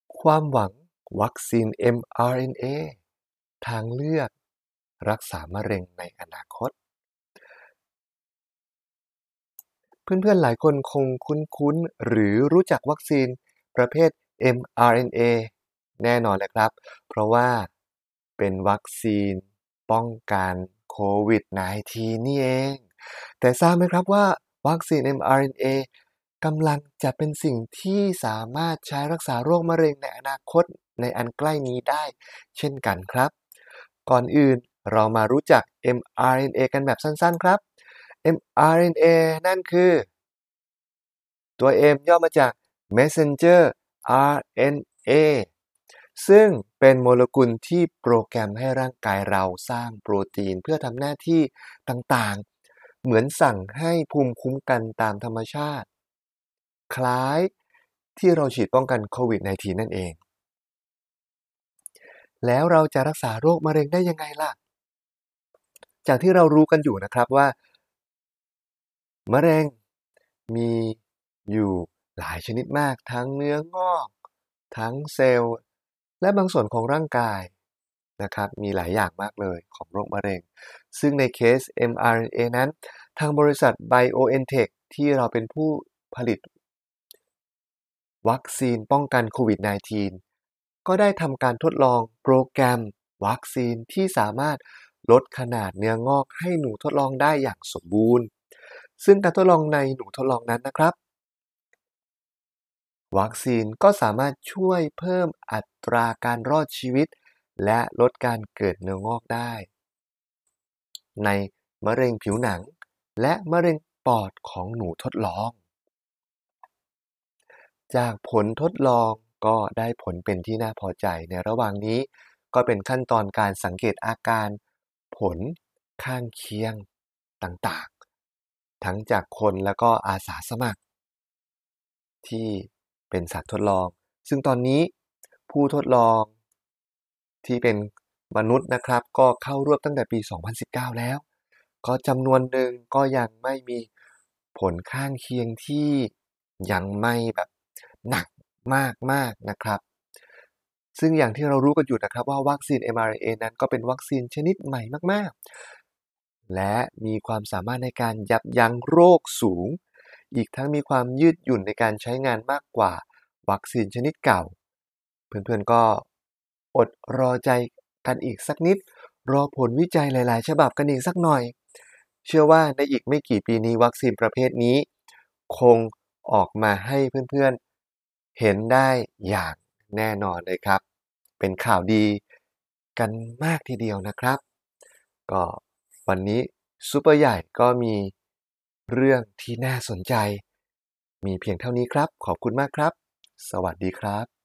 ความหวังวัคซีน mRNA ทางเลือกรักษามะเร็งในอนาคตเพื่อนๆหลายคนคงคุ้นๆหรือรู้จักวัคซีนประเภท mRNA แน่นอนเลยครับเพราะว่าเป็นวัคซีนป้องกันโควิด -19 นี่เองแต่ทราบไหมครับว่าวัคซีน mRNA กำลังจะเป็นสิ่งที่สามารถใช้รักษาโรคมะเร็งในอนาคตในอันใกล้นี้ได้เช่นกันครับก่อนอื่นเรามารู้จัก mRNA กันแบบสั้นๆครับ mRNA นั่นคือตัว M ย่อมาจาก Messenger RNA ซึ่งเป็นโมเลกุลที่โปรแกรมให้ร่างกายเราสร้างโปรตีนเพื่อทำหน้าที่ต่างๆเหมือนสั่งให้ภูมิคุ้มกันตามธรรมชาติคล้ายที่เราฉีดป้องกันโควิด -19 นั่นเองแล้วเราจะรักษาโรคมะเร็งได้ยังไงล่ะจากที่เรารู้กันอยู่นะครับว่ามะเร็งมีอยู่หลายชนิดมากทั้งเนื้องอกทั้งเซลล์และบางส่วนของร่างกายนะครับมีหลายอย่างมากเลยของโรคมะเร็งซึ่งในเคส mRNA นั้นทางบริษัท BioNTech ที่เราเป็นผู้ผลิตวัคซีนป้องกันโควิด -19 ก็ได้ทำการทดลองโปรแกรมวัคซีนที่สามารถลดขนาดเนื้องอกให้หนูทดลองได้อย่างสมบูรณ์ซึ่งการทดลองในหนูทดลองนั้นนะครับวัคซีนก็สามารถช่วยเพิ่มอัตราการรอดชีวิตและลดการเกิดเนื้องอกได้ในมะเร็งผิวหนังและมะเร็งปอดของหนูทดลองจากผลทดลองก็ได้ผลเป็นที่น่าพอใจในระหว่างนี้ก็เป็นขั้นตอนการสังเกตอาการผลข้างเคียงต่างๆทั้งจากคนแล้วก็อาสาสมัครที่เป็นสัตว์ทดลองซึ่งตอนนี้ผู้ทดลองที่เป็นมนุษย์นะครับก็เข้าร่วมตั้งแต่ปี 2019 แล้วก็จำนวนหนึ่งก็ยังไม่มีผลข้างเคียงที่ยังไม่แบบหนักมากๆนะครับซึ่งอย่างที่เรารู้กันอยู่นะครับว่าวัคซีน mRNA นั้นก็เป็นวัคซีนชนิดใหม่มากๆและมีความสามารถในการยับยั้งโรคสูงอีกทั้งมีความยืดหยุ่นในการใช้งานมากกว่าวัคซีนชนิดเก่าเพื่อนๆก็อดรอใจกันอีกสักนิดรอผลวิจัยหลายๆฉบับกันอีกสักหน่อยเชื่อว่าในอีกไม่กี่ปีนี้วัคซีนประเภทนี้คงออกมาให้เพื่อนๆเห็นได้อย่างแน่นอนเลยครับเป็นข่าวดีกันมากทีเดียวนะครับก็วันนี้ซูเปอร์ใหญ่ก็มีเรื่องที่น่าสนใจมีเพียงเท่านี้ครับขอบคุณมากครับสวัสดีครับ